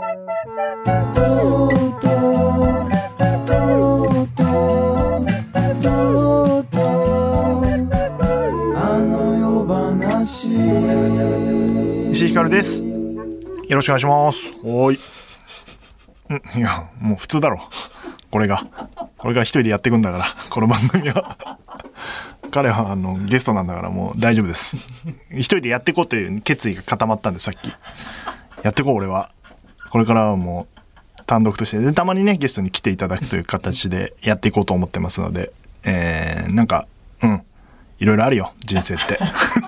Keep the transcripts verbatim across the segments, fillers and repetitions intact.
石井ひかるです。よろしくお願いします。おーい。んいやもう普通だろこれがこれから一人でやっていくんだからこの番組は彼はあのゲストなんだからもう大丈夫です。一人でやっていこうという決意が固まったんで、さっきやっていこう。俺はこれからはもう単独としてでたまにねゲストに来ていただくという形でやっていこうと思ってますので、えー、なんかうんいろいろあるよ人生って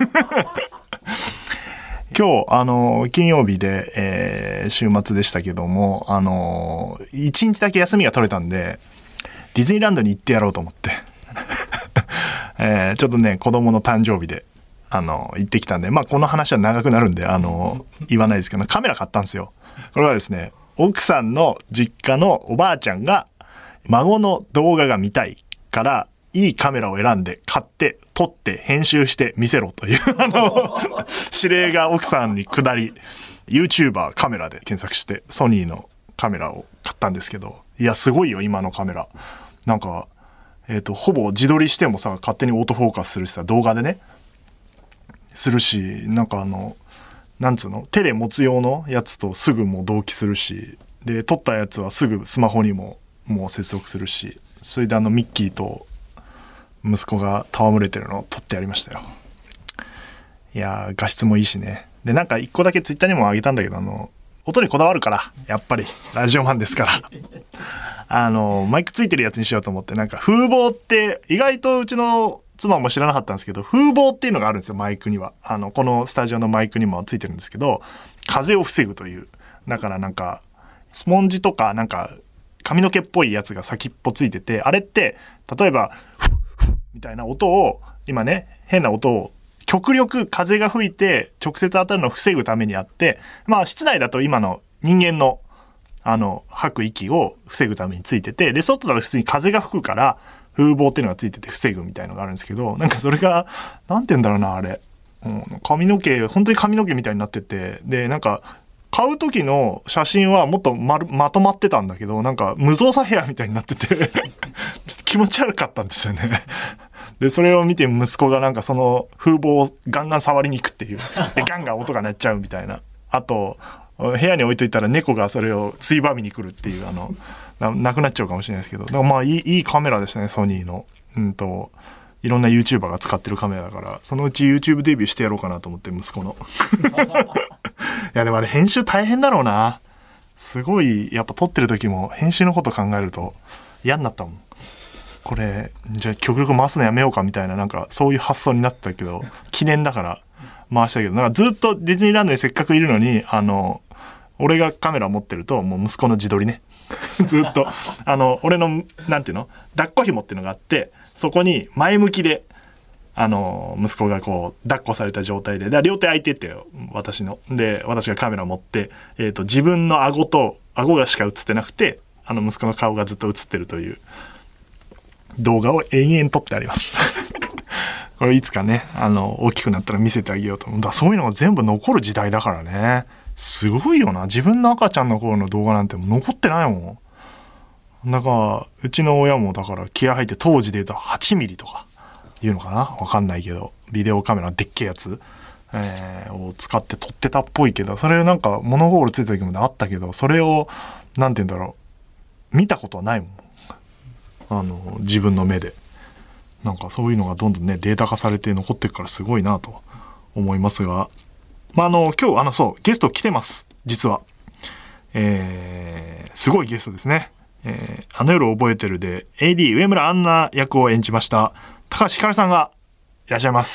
今日あの金曜日で、えー、週末でしたけども、あの一日だけ休みが取れたんでディズニーランドに行ってやろうと思って、えー、ちょっとね子供の誕生日であの行ってきたんで、まあこの話は長くなるんであの言わないですけど、カメラ買ったんですよ。これはですね、奥さんの実家のおばあちゃんが孫の動画が見たいからいいカメラを選んで買って撮って編集して見せろというあの指令が奥さんに下り YouTuber カメラで検索してソニーのカメラを買ったんですけど、いやすごいよ今のカメラ。なんかえっとほぼ自撮りしてもさ勝手にオートフォーカスするしさ、動画でねするし、なんかあのなんつうの手で持つ用のやつとすぐもう同期するし、で撮ったやつはすぐスマホにももう接続するし、それであのミッキーと息子が戯れてるのを撮ってやりましたよ。いやー画質もいいしね。でなんか一個だけツイッターにもあげたんだけど、あの音にこだわるからやっぱりラジオマンですからあのマイクついてるやつにしようと思って、なんか風防って意外とうちの妻も知らなかったんですけど、風防っていうのがあるんですよマイクには。あのこのスタジオのマイクにもついてるんですけど、風を防ぐという。だからなんかスポンジとかなんか髪の毛っぽいやつが先っぽついてて、あれって例えばフッフッみたいな音を今ね変な音を極力風が吹いて直接当たるのを防ぐためにあって、まあ室内だと今の人間のあの吐く息を防ぐためについてて、で外だと普通に風が吹くから風防っていうのがついてて防ぐみたいのがあるんですけど、なんかそれがなんて言うんだろうなあれ、うん、髪の毛本当に髪の毛みたいになってて、でなんか買う時の写真はもっと ま, まとまってたんだけど、なんか無造作ヘアみたいになっててちょっと気持ち悪かったんですよね。でそれを見て息子がなんかその風防をガンガン触りに行くっていう、でガンガン音が鳴っちゃうみたいな、あと部屋に置いといたら猫がそれをついばみに来るっていう、あの な, なくなっちゃうかもしれないですけど、でもまあいいいいカメラでしたねソニーの。うんといろんな YouTuber が使ってるカメラだから、そのうち YouTube デビューしてやろうかなと思って、息子のいやでもあれ編集大変だろうな。すごいやっぱ撮ってる時も編集のこと考えると嫌になったもん。これじゃあ極力回すのやめようかみたいな、なんかそういう発想になったけど、記念だから回したけど、なんかずっとディズニーランドにせっかくいるのに、あの俺がカメラ持ってるともう息子の自撮りねずっとあの俺のなんていうの抱っこ紐っていうのがあって、そこに前向きであの息子がこう抱っこされた状態で、で両手空いてて私ので私がカメラ持って、えーと自分の顎と顎がしか映ってなくて、あの息子の顔がずっと映ってるという動画を延々撮ってありますこれいつかねあの大きくなったら見せてあげようと思う。だそういうのが全部残る時代だからね。すごいよな。自分の赤ちゃんの頃の動画なんて残ってないもん。だからうちの親もだから気合入って、当時で言うとはちミリとかいうのかな、わかんないけどビデオカメラでっけえやつ、えー、を使って撮ってたっぽいけど、それなんかモノゴールついた時まであったけど、それをなんて言うんだろう、見たことはないもん、あの自分の目で。なんかそういうのがどんどんねデータ化されて残っていくからすごいなと思いますが、まあ、あの今日あのそうゲスト来てます実は。えー、すごいゲストですね。えー、あの夜を覚えてるで エーディー 上村アンナ役を演じました高橋ひかるさんがいらっしゃいます。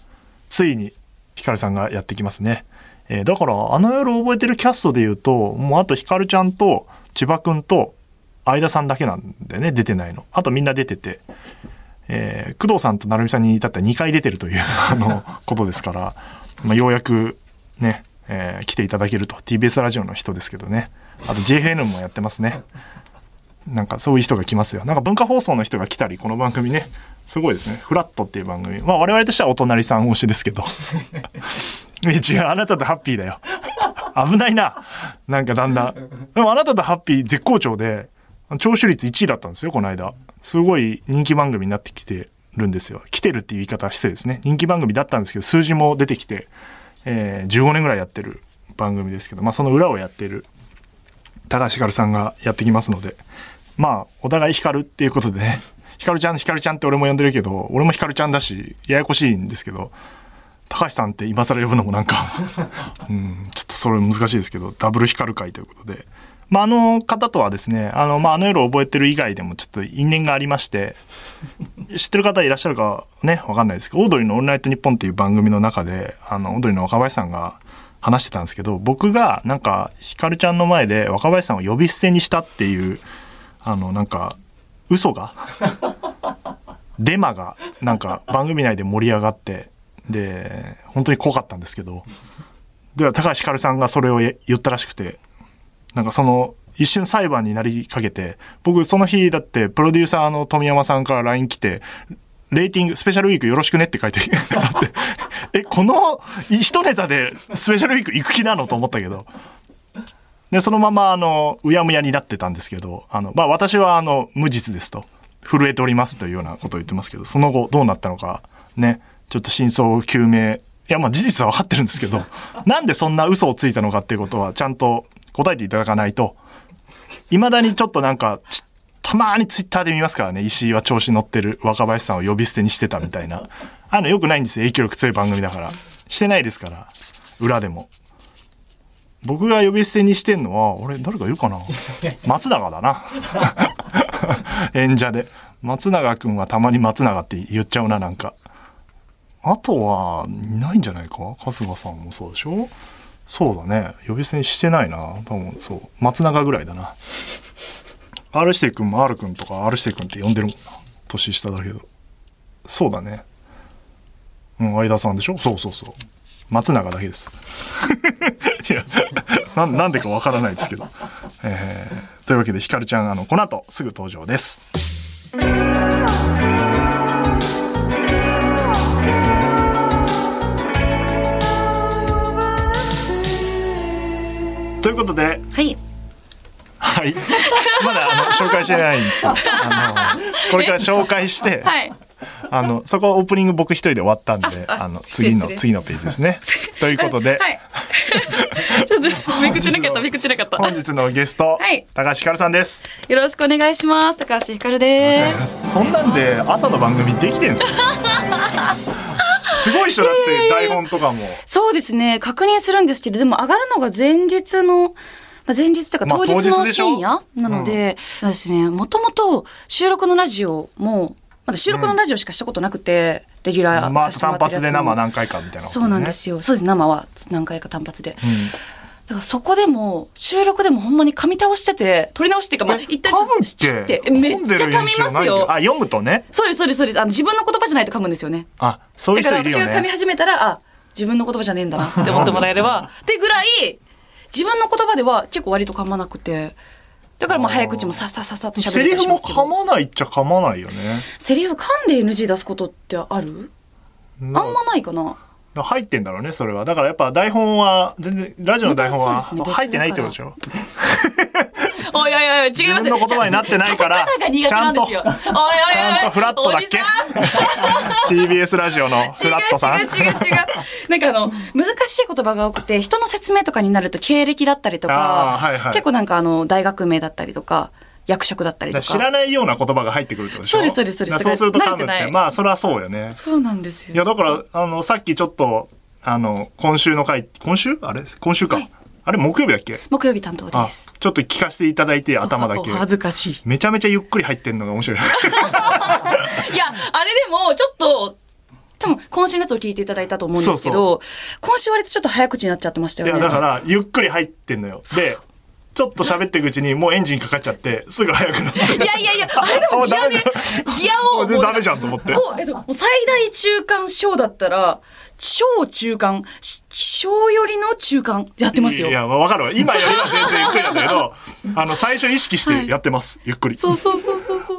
ついにひかるさんがやってきますね。えー、だからあの夜を覚えてるキャストで言うと、もうあとひかるちゃんと千葉くんと相田さんだけなんでね、出てないの。あとみんな出てて、えー、工藤さんと成美さんに至ってはにかい出てるというあのことですから、まあ、ようやくね、えー、来ていただけると。 ティービーエス ラジオの人ですけどね。あと ジェイエヌ もやってますね。なんかそういう人が来ますよ。なんか文化放送の人が来たり、この番組ねすごいですね。フラットっていう番組、まあ我々としてはお隣さん推しですけど違う、あなたとハッピーだよ。 危ないな。なんかだんだん。でもあなたとハッピー絶好調で、聴取率いちいだったんですよ、この間。すごい人気番組になってきてるんですよ。来てるっていう言い方は失礼ですね。人気番組だったんですけど、数字も出てきて、えー、じゅうごねんぐらいやってる番組ですけど、まあその裏をやってる高橋ひかるさんがやってきますので、まあお互いひかるっていうことでね、ひかるちゃんひかるちゃんって俺も呼んでるけど、俺もひかるちゃんだしややこしいんですけど、高橋さんって今更呼ぶのもなんか、うん、ちょっとそれ難しいですけど、ダブルひかる会ということで、まああの方とはですね、あのまああの夜を覚えてる以外でもちょっと因縁がありまして、知ってる方いらっしゃるかねわかんないですけど、オードリーのオールナイトニッポンっていう番組の中で、あのオードリーの若林さんが話してたんですけど、僕がなんかひかるちゃんの前で若林さんを呼び捨てにしたっていうあのなんか嘘がデマがなんか番組内で盛り上がって、で本当に怖かったんですけど、では高橋ひかるさんがそれを言ったらしくて、なんかその一瞬裁判になりかけて、僕その日だってプロデューサーの富山さんから ライン 来て、レーティングスペシャルウィークよろしくねって書いてあってえこの一ネタでスペシャルウィーク行く気なのと思ったけど、でそのままあのうやむやになってたんですけど、あの、まあ、私はあの無実ですと震えておりますというようなことを言ってますけど、その後どうなったのかね、ちょっと真相究明、いやまあ事実は分かってるんですけど、なんでそんな嘘をついたのかっていうことはちゃんと答えていただかないと。いまだにちょっとなんかたまにツイッターで見ますからね、石井は調子乗ってる若林さんを呼び捨てにしてたみたいな、あのよくないんですよ、影響力強い番組だから。してないですから、裏でも。僕が呼び捨てにしてんのは、俺誰かいるかな松永だな演者で松永くんはたまに松永って言っちゃうな、なんか。あとはいないんじゃないか、春日さんもそうでしょ。そうだね、呼び捨てにしてないな、多分。そう松永ぐらいだな。R 指定君も R 君とか R 指定君って呼んでるもんな、年下だけど。そうだね、うん、相田さんでしょ。そうそうそう、松永だけですいや な, なんでかわからないですけど、えー、というわけでひかるちゃん、あのこの後すぐ登場です。ということで、 はいはい、まだあの紹介してないんですよ。あのこれから紹介して、 はい、 あのそこオープニング僕一人で終わったんで、ああの次の次のページですね。ということで、はい、 ちょっとめくってなかっためくってなかった。 本日のゲスト、はい、高橋ひかるさんです。 よろしくお願いします。高橋ひかるです。 そんなんで朝の番組できてんすかすごい人だって台本とかも。 そうですね、確認するんですけど、でも上がるのが前日のまあ、前日というか当日の深夜なので、まあ、私ね、もともと収録のラジオもまだ収録のラジオしかしたことなくて、うん、レギュラーさせてもらってるやつも、まあ、単発で生何回かみたいなこと、ね、そうなんですよ。そうです、生は何回か単発で、うん、だからそこでも収録でもほんまに噛み倒してて、撮り直してか、まあ、一旦ちょっと切ってめっちゃ噛みますよ。 あ、読むとね。 そうですそうですそうです。あの自分の言葉じゃないと噛むんですよね。 あ、そういう人いるよね。 だから私が噛み始めたら、あ、自分の言葉じゃねえんだなって思ってもらえればってぐらい自分の言葉では結構割と噛まなくて、だからもう早口もさっさっさっさって喋れたりしますけど。 セリフも噛まないっちゃ噛まないよね。 セリフ噛んで エヌジー 出すことってある？あんまないかな。 入ってんだろうね、それは。だからやっぱ台本は全然、ラジオの台本は入ってないってことでしょ。 おいおいおい、違いますよ。 自分の言葉になってないから、 ちゃんと、おいおいおい、ちゃんとフラットだっけティービーエス ラジオのフラットさん。 違う違う違う違う。なんかあの、難しい言葉が多くて、人の説明とかになると経歴だったりとか、はいはい、結構なんかあの、大学名だったりとか、役職だったりとか。 知らないような言葉が入ってくるってことでしょ。 そうですそうですそうです。 そうすると噛むって、まあそれはそうよね。 そうなんですよ。 いやだからあのさっきちょっとあの今週の回、今週あれ今週か、はい、あれ木曜日だっけ？ 木曜日担当です。 ちょっと聞かせていただいて、頭だけ。 恥ずかしい。 めちゃめちゃゆっくり入ってんのが面白い。いやあれでもちょっと。多分今週のやつを聞いていただいたと思うんですけど、そうそう、今週割とちょっと早口になっちゃってましたよね。 いやだからゆっくり入ってんのよ。 そうそう、 でちょっと喋っていくうちにもうエンジンかかっちゃってすぐ速くなって。いやいやいや、あれでもギアで、ギアを。 全然ダメじゃんと思って。 えっと、もう最大中間小だったら、超中間、小よりの中間やってますよ。 いや、わかるわ。今よりは全然ゆっくりなんだけど、あの、最初意識してやってます。はい、ゆっくり。 そうそうそうそうそう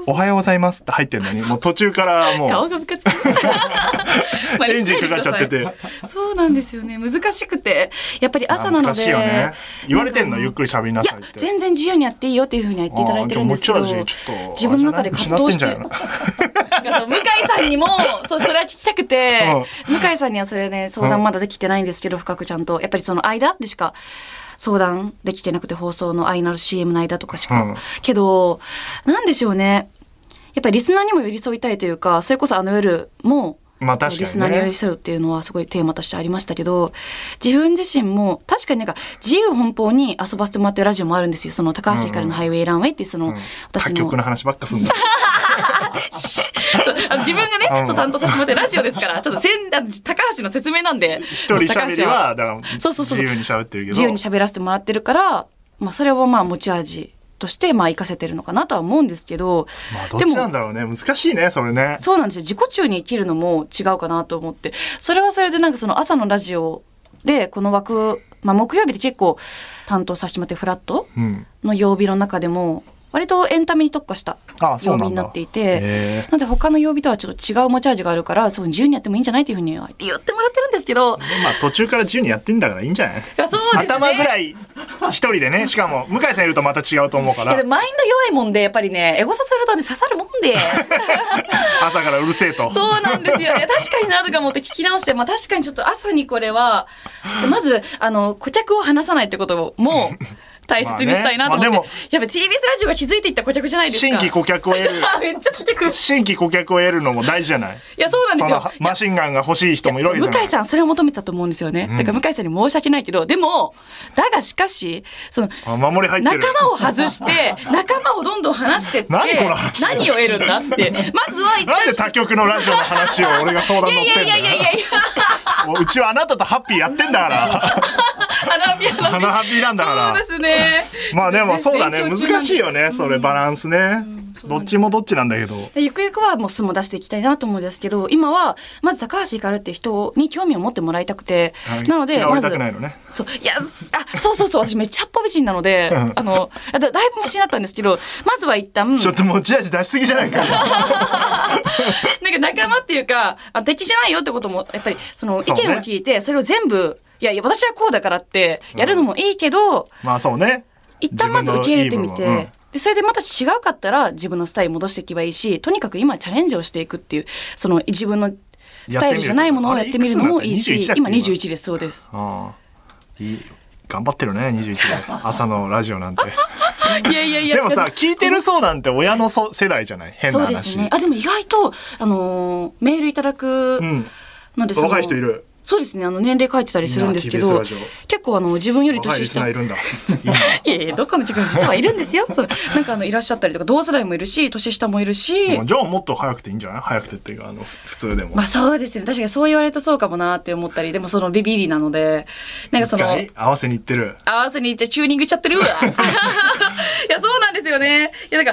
おはようございますって入ってんのに、もう途中からもう。 顔がムカつく。 エンジンかかっちゃってて。 そうなんですよね。難しくて。やっぱり朝なので。難しいよね。 言われてんのゆっくり喋りなさいって。いや、 全然自由にやっていいよっていうふうには言っていただいてるんですけど、自分の中で葛藤して。向井さんにも、そう、それは聞きたくて、うん、向井さんにはそれね、相談まだできてないんですけど、うん、深くちゃんと。やっぱりその間でしか相談できてなくて、放送の愛なる シーエム の間とかしか。うん、けど、なんでしょうね。やっぱりリスナーにも寄り添いたいというか、それこそあの夜も、 まあ確かにね、 リスナーに寄り添うっていうのはすごいテーマとしてありましたけど、自分自身も確かになんか自由奔放に遊ばせてもらってるラジオもあるんですよ。その高橋ひかるのハイウェイランウェイっていうその、うん、私の。 他局の話ばっかすんだ。 そうあの自分がね、うん、そう担当させてもらってラジオですから、ちょっとせん高橋の説明なんで。 一人喋りは、だからそうそうそう自由に喋ってるけど。 自由に喋らせてもらってるから、まあそれはまあ持ち味としてまあ活かせてるのかなとは思うんですけど、 まあどっちなんだろうね、難しいねそれね。 そうなんですよ。自己中に生きるのも違うかなと思って、それはそれでなんかその朝のラジオでこの枠、まあ木曜日で結構担当させてもらってフラットの曜日の中でも割とエンタメに特化した曜日になっていて、なので他の曜日とはちょっと違う持ち味があるから、そう自由にやってもいいんじゃないっていうふうに言ってもらってるんですけど、 まあ途中から自由にやってんだからいいんじゃない？いやそうですね、頭ぐらい一人でね、しかも向井さんいるとまた違うと思うから。いやマインド弱いもんでやっぱりね、エゴサするとね刺さるもんで朝からうるせえと。 そうなんですよ。いや確かになとか思って聞き直して、まあ確かにちょっと朝にこれはまずあの顧客を話さないってことも大切にしたいなと思って。まあね、まあやっぱ ティービーエス ラジオが気づいていった顧客じゃないですか。 新規顧客を得る。 めっちゃ顧客。 新規顧客を得るのも大事じゃない。 いや、そうなんですよ。 マシンガンが欲しい人もいるわけじゃない。 向井さん、それを求めてたと思うんですよね。うん、だから向井さんに申し訳ないけど、でも、だがしかし、その、 守り入ってる。 仲間を外して、仲間をどんどん話してって、 何この話何を得るんだって。まずは一旦。 なんで他局のラジオの話を俺が相談乗ってんだよ。いやいやいやいやいや。うちはあなたとハッピーやってんだから。 花ハッピー花ハッピーなんだから。 そうですね。 まあでもそうだね、難しいよね、それバランスね、うん、どっちもどっちなんだけど、 ゆくゆくはもう素も出していきたいなと思うんですけど、今はまず高橋ひかるって人に興味を持ってもらいたくて、はい、なので嫌われたくないのね。 そういやあそうそうそう、私めっちゃ八方美人なのであのだ, だいぶマシになったんですけど、まずは一旦ちょっと持ち味出しすぎじゃないかなんか仲間っていうかあ敵じゃないよってこともやっぱりその意見を聞いて そ,、ね、それを全部いやいや私はこうだからってやるのもいいけど、うん、 まあそうね、 一旦まず受け入れてみて、いい、うん、でそれでまた違うかったら自分のスタイル戻していけばいいし、とにかく今チャレンジをしていくっていう、その自分のスタイルじゃないものをやってみるのもいいし、今にじゅういちです。そうです。 ああ、いい、頑張ってるねにじゅういちで朝のラジオなんていやいやいや、 でもさ聞いてるそうなんて親のそ世代じゃない、変な話。 そうですね。あでも意外とあのー、メールいただくので、うん、 若い人いる。 そうですね、あの年齢書いてたりするんですけど、結構あの自分より年下いるんだいやいや、どっかの曲に実はいるんですよそうなんかあのいらっしゃったりとか、同世代もいるし年下もいるし、 じゃあもっと早くていいんじゃない、早くてっていうかあの普通でも。 まあそうですね、確かにそう言われるとそうかもなって思ったり、でもそのビビりなので、なんかその合わせにいってる合わせにいってチューニングしちゃってるわいやそうなんですよね。いやだから、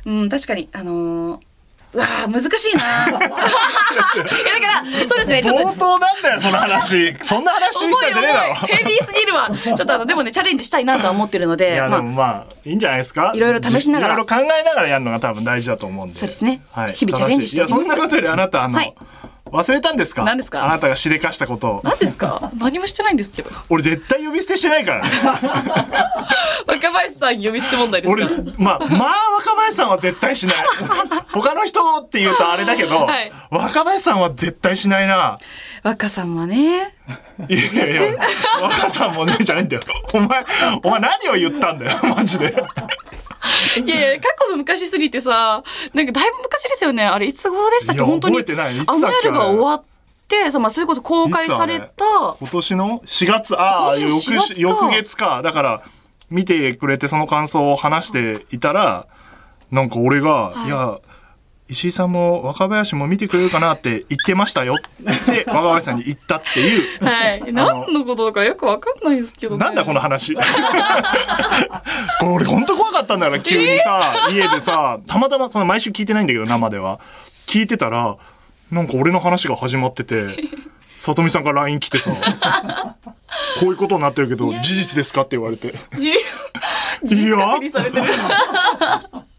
うん、確かにあのーうわー難しいないやだからそうですね、ちょっと冒頭なんだよこの話そんな話したんじゃねえだろヘビーすぎるわちょっとあのでもねチャレンジしたいなとは思ってるので、 いやでもまあいいんじゃないですか、 いろいろ試しながらいろいろ考えながらやるのが多分大事だと思うんで。 そうですね、はい、日々チャレンジしていきます。 いやそんなことよりあなたあの、はい、忘れたんですか。 何ですか。 あなたがしでかしたことを。 何ですか。何もしてないんですけど。 俺絶対呼び捨てしてないからね若林さん呼び捨て問題ですか。 俺まあまあ若林さんは絶対しない他の人って言うとあれだけど、はい、若林さんは絶対しないな。 若さんはね、 いやいやいや若さんもねじゃないんだよお前お前何を言ったんだよマジでいやいや過去の昔すぎてさ、なんかだいぶ昔ですよね。あれいつ頃でしたっけ。本当にあの夜が終わってさ、まあ、そういうこと公開された今年のしがつ、ああ翌翌月か。だから見てくれてその感想を話していたら、なんか俺が、はい、いや石井さんも若林も見てくれるかなって言ってましたよって若林さんに言ったっていうはい何のことかよく分かんないですけどね。 なんだこの話これ俺ほんと怖かったんだから急にさ、えー、家でさたまたまその毎週聞いてないんだけど生では聞いてたらなんか俺の話が始まってて里見さんから ライン 来てさこういうことになってるけど事実ですかって言われていや確認されてる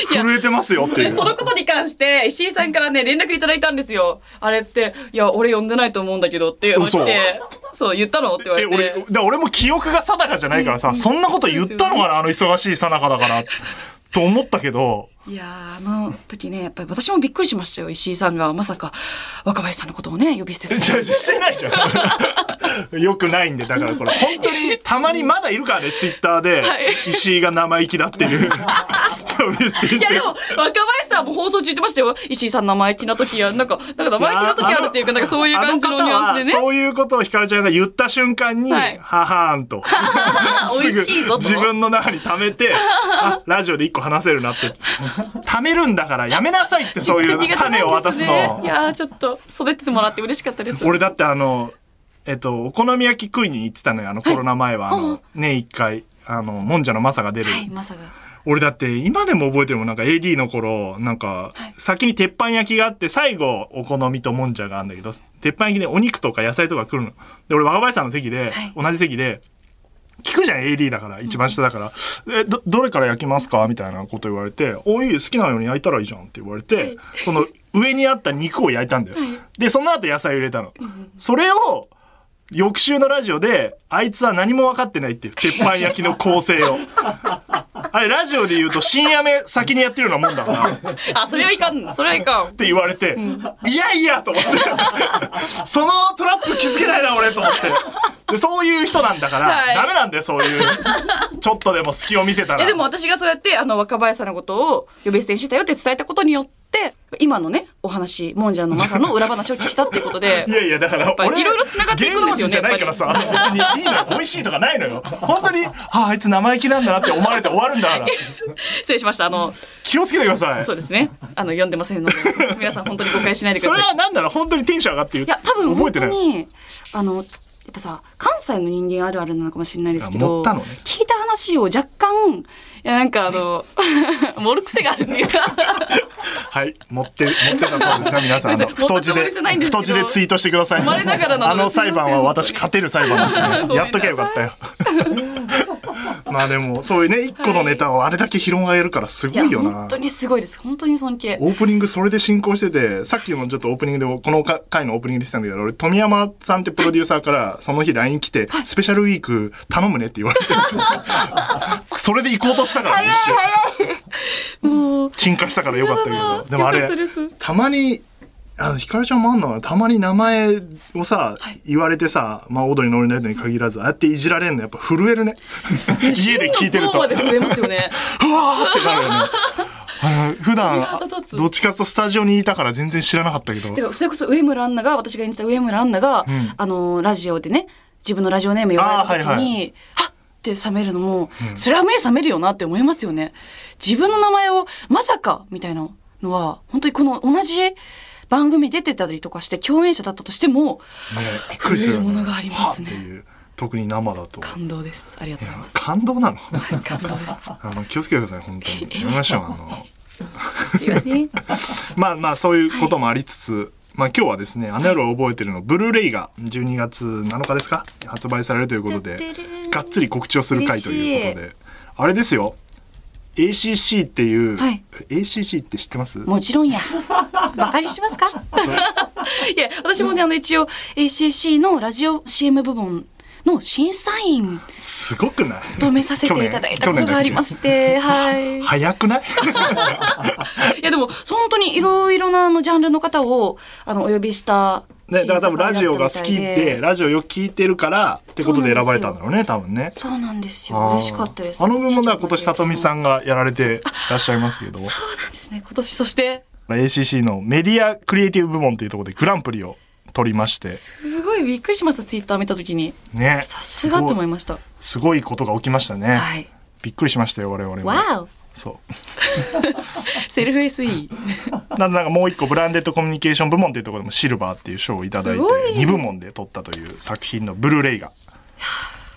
震えてますよっていう。 そのことに関して石井さんからね連絡いただいたんですよ。あれっていや俺呼んでないと思うんだけどっていうのを来て、そう言ったのって言われて。 え俺だ俺も記憶が定かじゃないからさ、うん、そんなこと言ったのかな、あの忙しいさなかだからと思ったけど。 いやーあの時ねやっぱり私もびっくりしましたよ。石井さんがまさか若林さんのことをね呼び捨てする。 してないじゃん。よくないんでだからこれ本当にたまにまだいるからねツイッターで石井が生意気だっていう。呼び捨てして。 いやでも若林さんも放送中言ってましたよ。石井さん生意気な時やなんかなんか生意気な時あるっていうかなんかそういう感じのニュアンスでね。 そういうことをひかるちゃんが言った瞬間に、はい、ははーんと美味しいぞと自分の中に溜めてあラジオで一個話せるなって溜めるんだからやめなさいってそういう種を渡すの。 ね、いやちょっと育ててもらって嬉しかったです。 俺だってあのえっとお好み焼き食いに行ってたのよあのコロナ前は、はい、あの年一回あのもんじゃのマサが出る。 はいマサが。 俺だって今でも覚えてるもんなんか エーディー の頃なんか先に鉄板焼きがあって最後お好みともんじゃがあるんだけど鉄板焼きでお肉とか野菜とか来るので俺若林さんの席で、はい、同じ席で聞くじゃん エーディー だから一番下だから、うん、え ど, どれから焼きますかみたいなこと言われておいい好きなように焼いたらいいじゃんって言われて、はい、その上にあった肉を焼いたんだよ、はい、でその後野菜を入れたの、うん、それを翌週のラジオであいつは何も分かってないっていう鉄板焼きの構成をあれラジオで言うと深夜目先にやってるようなもんだからあそれはいかんそれはいかんって言われて、うん、いやいやと思ってそのトラップ気づけないな俺と思ってでそういう人なんだから、はい、ダメなんだよそういうちょっとでも隙を見せたら。 えでも私がそうやってあの若林さんのことを呼び捨てにしたよって伝えたことによって今のねお話もんじゃのマサの裏話を聞いたっていうことでいやいやだから俺いろいろ繋がっていくんですよね。 芸能人じゃないからさ別にいいのよ美味しいとかないのよ本当にああいつ生意気なんだなって思われて終わるんだから失礼しましたあの気をつけてください。 そうですねあの読んでませんので皆さん本当に誤解しないでください。 それは何なの本当にテンション上がってる。 いや多分本当にあのやっぱさ関西の人間あるあるなのかもしれないですけど、 ね、 聞いた話を若干いやなんかあの盛る癖があるっていうかはい持って持ってたそうですよ皆さんあの太字で太字でツイートしてください。 生まれながらのあの裁判は私勝てる裁判でしたねやっときゃよかったよまあでもそういうね一個のネタをあれだけ広がれるからすごいよな。 いや本当にすごいです本当に尊敬。 オープニングそれで進行しててさっきもちょっとオープニングでこの回のオープニングで言ってたんだけど俺富山さんってプロデューサーからその日 ライン 来てスペシャルウィーク頼むねって言われてそれで行こうとしたからね一瞬もう沈下したからよかったけどでもあれたまにあひかるちゃんもあんのたまに名前をさ、はい、言われてさまあオードリーのオールナイトに限らずああやっていじられるのやっぱ震えるね家で聞いてるとうわーってなるよね普段どっちかというとスタジオにいたから全然知らなかったけどでそれこそ上村アンナが私が演じた上村アンナが、うん、あのラジオでね自分のラジオネーム呼ばれた時に、はいはい、はっって冷めるのも、うん、それは目覚めるよなって思いますよね。自分の名前をまさかみたいなのは本当にこの同じ番組出てたりとかして共演者だったとしても、ね、びっくりするものがありますね。 っていう特に生だと感動です。ありがとうございます。 感動なの？ 感動です。 あの気をつけてください本当に。やめましょうあの。 すいません。 まあまあそういうこともありつつ。はいまあ今日はですね、あの夜を覚えてるのブルーレイがじゅうにがつなのかですか発売されるということでがっつり告知をする回ということであれですよ エーシーシー っていう、はい、エーシーシー って知ってます？ もちろんやバカにしてますかいや私もねあの一応 エーシーシー のラジオ シーエム 部門の審査員すごくない務めさせていただいたことがありましてはい早くないいやでも本当にいろいろなあのジャンルの方をあのお呼びしたね、だから多分ラジオが好きでラジオよく聞いてるからってことで選ばれたんだろうね多分ね。 そうなんですよ嬉しかったです。 あの分もだ今年さとみさんがやられてらっしゃいますけどそうなんですね今年そしてエーシーシー のメディアクリエイティブ部門というところでグランプリを取りましてすごいびっくりしましたツイッター見た時にねさすがと思いました。 すごいことが起きましたね、はい、びっくりしましたよ我々も。 わおそうセルフ エスイーなんかもう一個ブランデッドコミュニケーション部門というところでもシルバーっていう賞をいただいてに部門で取ったという作品のブルーレイが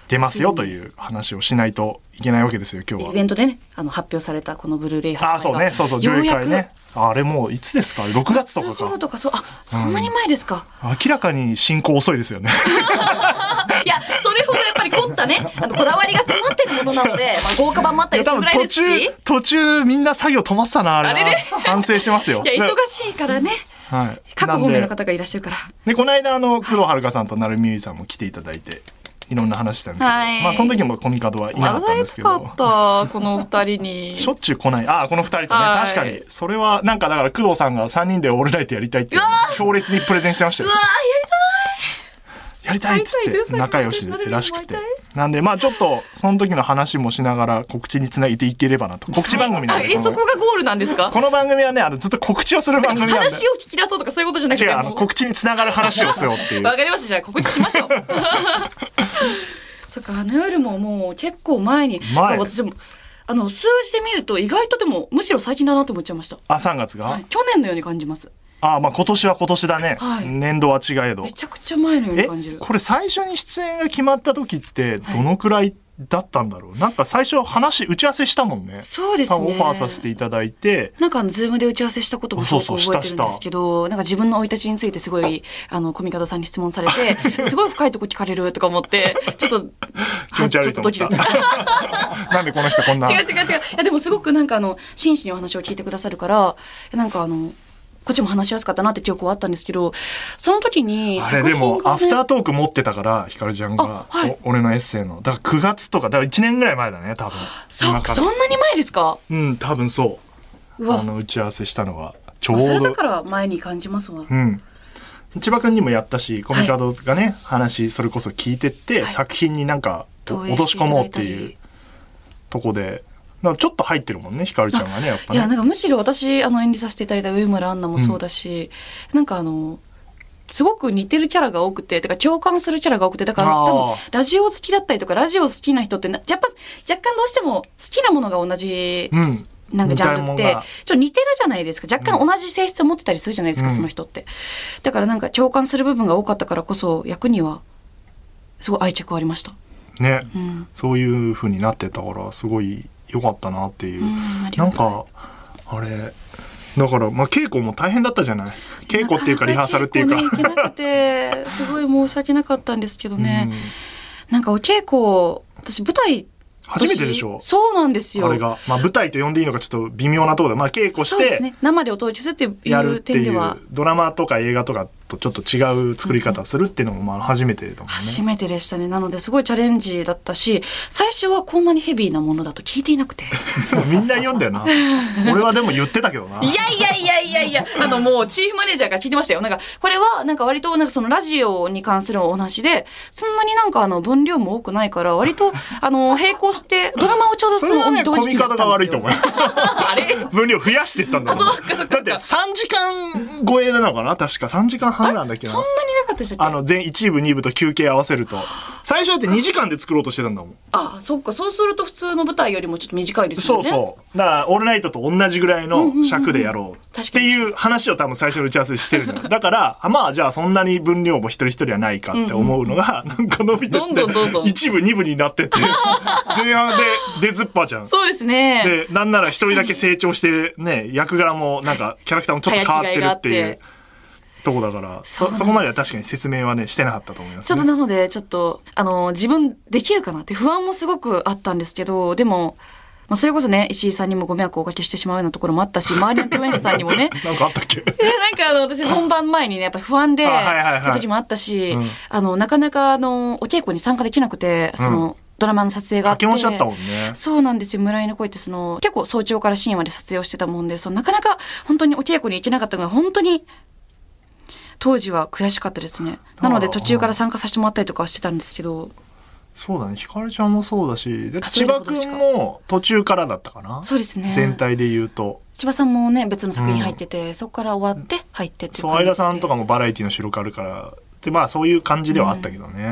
出ますよという話をしないといけないわけですよ今日は。 イベントでねあの発表されたこのブルーレイ発売があそうねそうそう上映会ね。あれもういつですかろくがつとかか。 とかそうあそんなに前ですか、 うん、明らかに進行遅いですよねいやそれほどやっぱり凝ったねあのこだわりが詰まってるものなので、まあ、豪華版もあったりするぐらいですし途中途中みんな作業止まってたなあれなあれ、ね、反省してますよ。 いや忙しいからね、はい、各方面の方がいらっしゃるからでこの間あの工藤遥さんと成海優さんも来ていただいていろんな話したんですけど、はい、まあその時もコミカドはいなかったんですけど、 まかったこの二人にしょっちゅう来ないああこの二人とね、はい、確かにそれはなんかだから工藤さんがさんにんでオールナイトやりたいって強烈にプレゼンしてましたよ。 うわやりたいっつって仲良しでらしくてなんでまあちょっとその時の話もしながら告知につなげていければなと。告知番組なんで、 はい、えそこがゴールなんですか。 この番組はねあのずっと告知をする番組なんで話を聞き出そうとかそういうことじゃなくて違うあの告知につながる話をしようっていうわかりましたじゃあ告知しましょうそっかあの夜ももう結構前に前私もあの数字で見ると意外とでもむしろ最近だなと思っちゃいました。 あさんがつが、 はい、去年のように感じます。 ああまあ今年は今年だね、はい、年度は違えどめちゃくちゃ前のように感じる。 これ最初に出演が決まった時ってどのくらいだったんだろう、はい、なんか最初話打ち合わせしたもんね。 そうですねオファーさせていただいてなんかズームで打ち合わせしたこともすごく覚えてるんですけどなんか自分の生い立ちについてすごいあのコミカドさんに質問されてすごい深いとこ聞かれるとか思ってちょっと気持ち悪いと思ったなんでこの人こんな違う違う違ういやでもすごくなんかあの真摯にお話を聞いてくださるからなんかあのこっちも話しやすかったなって記憶はあったんですけどその時にあれでもアフタートーク持ってたからひかるちゃんが、はい、俺のエッセイのだからくがつとかだからいちねんぐらい前だね多分。 そそんなに前ですか。 うん多分そうあの打ち合わせしたのはちょうどそれだから前に感じますわ。 うん千葉くんにもやったしコミカドがね、はい、話それこそ聞いてって、はい、作品になんか落とし込もうっていうとこでなんかちょっと入ってるもんねひかるちゃんがねやっぱね。 いやなんかむしろ私あの演じさせていただいた上村アンナもそうだし、うん、なんかあのすごく似てるキャラが多くててか共感するキャラが多くてだから多分ラジオ好きだったりとかラジオ好きな人ってやっぱ若干どうしても好きなものが同じ、うんなんかジャンルってちょっと似てるじゃないですか。若干同じ性質を持ってたりするじゃないですか、うん、その人ってだからなんか共感する部分が多かったからこそ役にはすごい愛着ありましたね、うん、そういう風になってたからすごい良かったなっていう、うん、なんかあれだからまあ稽古も大変だったじゃない。稽古っていうかリハーサルっていうか稽古ね行けなくてすごい申し訳なかったんですけどね、うん、なんかお稽古私舞台初めてでしょ。 そうなんですよ。 あれが、まあ、舞台と呼んでいいのかちょっと微妙なところで、まあ、稽古してそうです、 ね、生でお当日すっていう点ではドラマとか映画とかとちょっと違う作り方するっていうのもまあ初めてだもんね。 初めてでしたね。なのですごいチャレンジだったし最初はこんなにヘビーなものだと聞いていなくてみんな言うんだよな俺はでも言ってたけどな。 いやいやいやいやいやあのもうチーフマネージャーが聞いてましたよ。なんかこれはなんか割となんかそのラジオに関するお話でそんなになんかあの分量も多くないから割とあの並行してドラマをちょうどその同時期にやったんですよ。それはねコミカドが悪いと思うあれ分量増やしていったんだもん、ね、 あそうかそうかだってさんじかん超えなのかな確かさんじかんはんなんだっけな。 そんなになかったでしたっけ。 あの全いち部に部と休憩合わせると最初だってにじかんで作ろうとしてたんだもん。 あそっかそうすると普通の舞台よりもちょっと短いですよね。 そうそうだからオールナイトと同じぐらいの尺でやろうっていう話を多分最初の打ち合わせでしてるのよだからまあじゃあそんなに分量も一人一人はないかって思うのが、うんうん、なんか伸びてっていち部に部になってって前半で出ずっぱじゃん。 そうですね。 でなんなら一人だけ成長してね役柄もなんかキャラクターもちょっと変わってるっていうとこだからそ, そこまでは確かに説明はねしてなかったと思います、ね、 ちょっとなのでちょっとあの自分できるかなって不安もすごくあったんですけどでも、まあ、それこそね石井さんにもご迷惑をおかけしてしまうようなところもあったし周りの共演者さんにもねなんかあったっけなんかあの私本番前にねやっぱ不安でって時もあったし、うん、あのなかなかあのお稽古に参加できなくてその、うんドラマの撮影があって掛け持ちだったもんね。 そうなんですよ。村井の声ってその結構早朝から深夜まで撮影をしてたもんでそのなかなか本当にお稽古に行けなかったのが本当に当時は悔しかったですね。なので途中から参加させてもらったりとかはしてたんですけど。 そうだねひかるちゃんもそうだしで千葉くんも途中からだったかな。 そうですね全体で言うと千葉さんもね別の作品入ってて、うん、そこから終わって入ってっていう感じでそう相田さんとかもバラエティの収録あるからでまあそういう感じではあったけどね、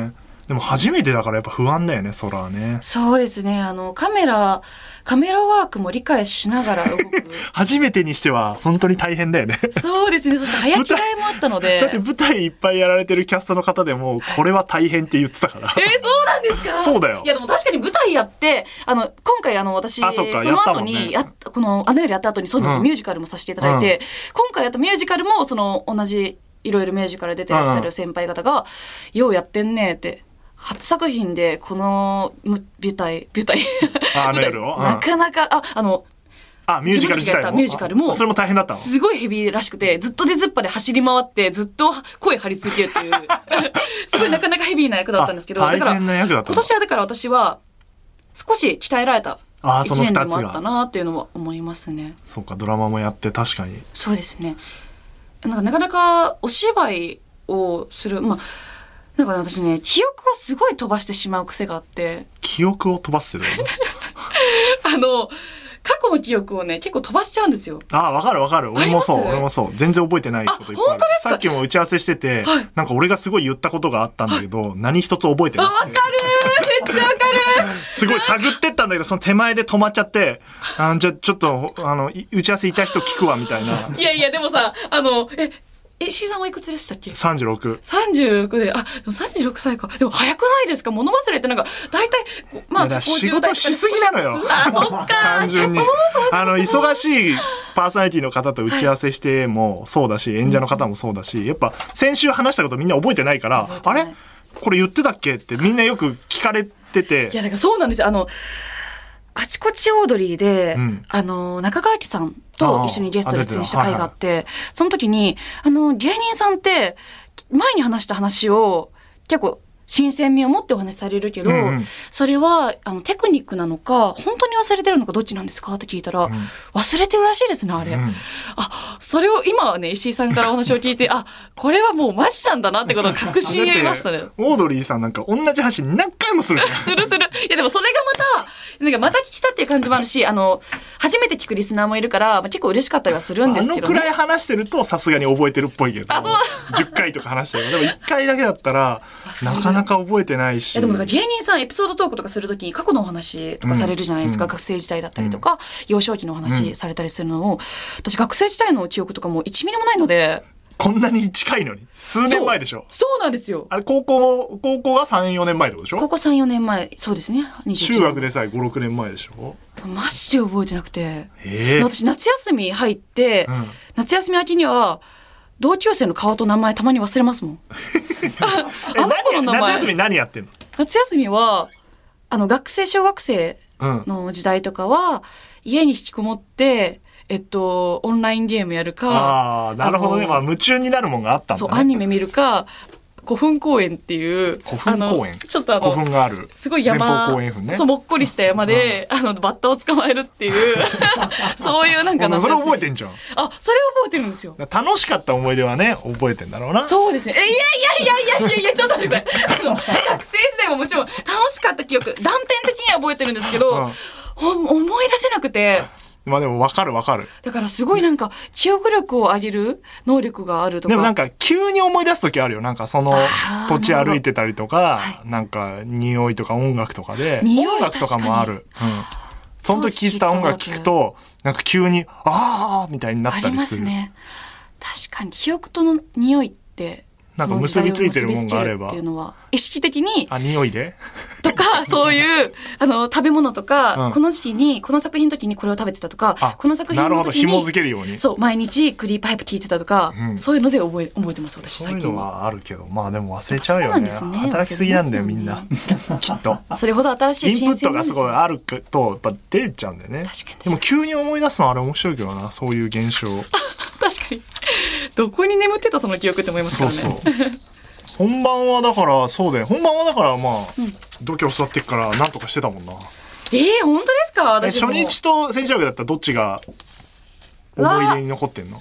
でも初めてだからやっぱ不安だよね、そらね。 そうですね。あの、カメラ、カメラワークも理解しながら動く。 初めてにしては本当に大変だよね。 そうですね。そして早着替えもあったので。 だって舞台いっぱいやられてるキャストの方でも、これは大変って言ってたから。 えー、そうなんですか？ そうだよ。 いやでも確かに舞台やって、あの、今回あの私、そ, その後にやっ、このあの夜やった後にそうです、うん、ミュージカルもさせていただいて、うん、今回やったミュージカルもその同じいろいろミュージカル出てらっしゃる先輩方が、うん、ようやってんねって初作品でこの舞台舞台ああの夜を、 うん、なかなかああのあミュージカル自体もミュージカルもそれも大変だったの。 すごいヘビーらしくて、ずっと出ずっぱで走り回ってずっと声張り付いてるっていうすごいなかなかヘビーな役だったんですけど、 大変な役だった。 今年はだから私は少し鍛えられた一年でもあったなっていうのは思いますね。 そうか、ドラマもやって確かにそうですね。なんかなかなかお芝居をする、まあなんか私ね、記憶をすごい飛ばしてしまう癖があって。 記憶を飛ばしてるあの、過去の記憶をね、結構飛ばしちゃうんですよ。 ああ、わかるわかる。俺もそう、俺もそう。全然覚えてないこといっぱいある。 本当ですか？ さっきも打ち合わせしてて、はい、なんか俺がすごい言ったことがあったんだけど、はい、何一つ覚えてない。 わかるめっちゃわかるすごい探ってったんだけど、その手前で止まっちゃって、あじゃあちょっと、あの、打ち合わせいた人聞くわ、みたいな。 いやいや、でもさ、あの、え、え、C さんはいくつでしたっけ？ さんじゅうろく。 さんじゅうろくで、あ、でもさんじゅうろくさいか。でも早くないですか？物忘れってなんか、大体、まあ、 仕事しすぎなのよ。 あ、そっか。 単純に。あの、忙しいパーソナリティの方と打ち合わせしてもそうだし、演者の方もそうだし、やっぱ先週話したことみんな覚えてないから、あれこれ言ってたっけってみんなよく聞かれてて。 いや、だからそうなんですよ。あの、あちこちオードリーで、うん、あの、中川家さんと一緒にゲストで出演した回があって、はいはい、その時に、あの、芸人さんって、前に話した話を結構新鮮味を持ってお話しされるけど、うんうん、それはあのテクニックなのか本当に忘れてるのかどっちなんですかって聞いたら、うん、忘れてるらしいですねあれ、うん、あそれを今はね石井さんからお話を聞いてあこれはもうマジなんだなってことを確信得ましたね。 オードリーさんなんか同じ話何回もするするする。いやでもそれがまたなんかまた聞きたっていう感じもあるし、あの初めて聞くリスナーもいるから、まあ、結構嬉しかったりはするんですけどね。 あのくらい話してるとさすがに覚えてるっぽいけど、あそうじゅっかいとか話してるでもいっかいだけだったらなかなか覚えてないし。 いやでもなんか芸人さんエピソードトークとかするときに過去のお話とかされるじゃないですか、うん、学生時代だったりとか、うん、幼少期のお話されたりするのを、私学生時代の記憶とかもいちミリもないので。 こんなに近いのに数年前でしょ。 そう、そうなんですよ。 あれ高校高校がさん、よねんまえってことでしょ。 高校さん、よねんまえ、そうですね。 中学でさえご、ろくねんまえでしょ。 マジで覚えてなくて、 えー、 私夏休み入って、うん、夏休み明けには同級生の顔と名前たまに忘れますもん。あの子の名前。 夏休み何やってんの？ 夏休みはあの学生小学生の時代とかは、うん、家に引きこもってえっとオンラインゲームやるか、 ああなるほどね、まあ夢中になるもんがあったんだね。 そうアニメ見るか。古墳公園っていう古墳公園ちょっとあの古墳があるすごい山前方後円墳ね。 そうもっこりした山で、うん、あのバッタを捕まえるっていうそういうなんかそれ覚えてんじゃん。 あそれ覚えてるんですよ。 楽しかった思い出はね覚えてんだろうな。 そうですね。えいやいやいやいやいやいやちょっと待ってください。あの学生時代ももちろん楽しかった記憶断片的には覚えてるんですけど、うん、思い出せなくて。 まあでも分かる分かる。 だからすごいなんか記憶力を上げる能力があるとか。 でもなんか急に思い出す時あるよ。なんかその土地歩いてたりとか、はい、なんか匂いとか音楽とかで音楽とかもある。うん。その時聴いてた音楽聴くとなんか急にああみたいになったりする。ありますね。 確かに記憶との匂いってなんか結びついてるもんがあればっていうのは意識的にあ匂いでとかそういうあの食べ物とか、うん、この時期にこの作品の時にこれを食べてたとかこの作品の時になるほど紐付けるようにそう毎日クリーパイプ聞いてたとか、うん、そういうので覚え覚えてます私最近は。そういうのはあるけどまあでも忘れちゃうよ ね, うね働きすぎなんだよみんなきっとそれほど新しい新鮮なんですよ。インプットがすごいあるとやっぱ出ちゃうんだよね。 確かにでも急に思い出すのはあれ面白いけどなそういう現象確かにどこに眠ってたその記憶って思いますからね。そうそう本番はだからそうだよ本番はだからまあ、うん、度胸座ってっからなんとかしてたもんな。 えー、本当ですか？私初日と千秋楽だったらどっちが思い出に残ってんの？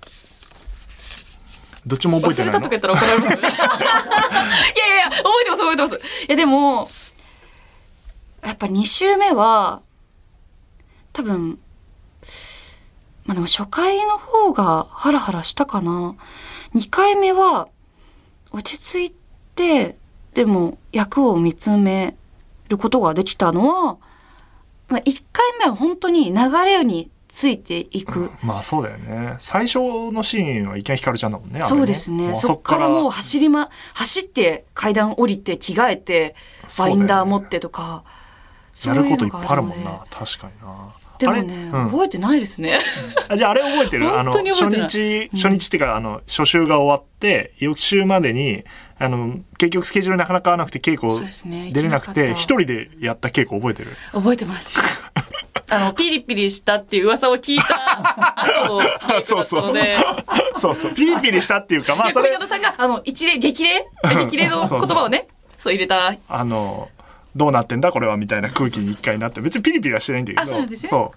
どっちも覚えてないの？ 忘れたとか言ったら怒られますいやいやいや覚えてます覚えてます。いやでもやっぱに週目は多分まあでも初回の方がハラハラしたかな。にかいめは落ち着いてでも役を見つめることができたのは、まあ、いっかいめは本当に流れについていく。 まあそうだよね。最初のシーンはいきなりひかるちゃんだもんね。 そうですね。そっからもう走りま、走って階段降りて着替えて、バインダー持ってとか。 そうだよね、やることいっぱいあるもんな。確かにな。 でもね、うん、覚えてないですね。 あ、じゃああれ覚えてる？あの、初日、初日っていうか、あの、初週が終わって、翌週までに、あの、結局スケジュールなかなか合わなくて稽古出れなくて、一人でやった稽古覚えてる？ 覚えてます。あの、ピリピリしたっていう噂を聞いた後の稽古だったので。 そうそう。ピリピリしたっていうか、まあそれ。 小池さんが、あの、一例、激励激励の言葉をね、そう入れた。 あの、どうなってんだこれはみたいな空気に一回なって、別にピリピリはしてないんだけど。 そうなんですよ。 そう。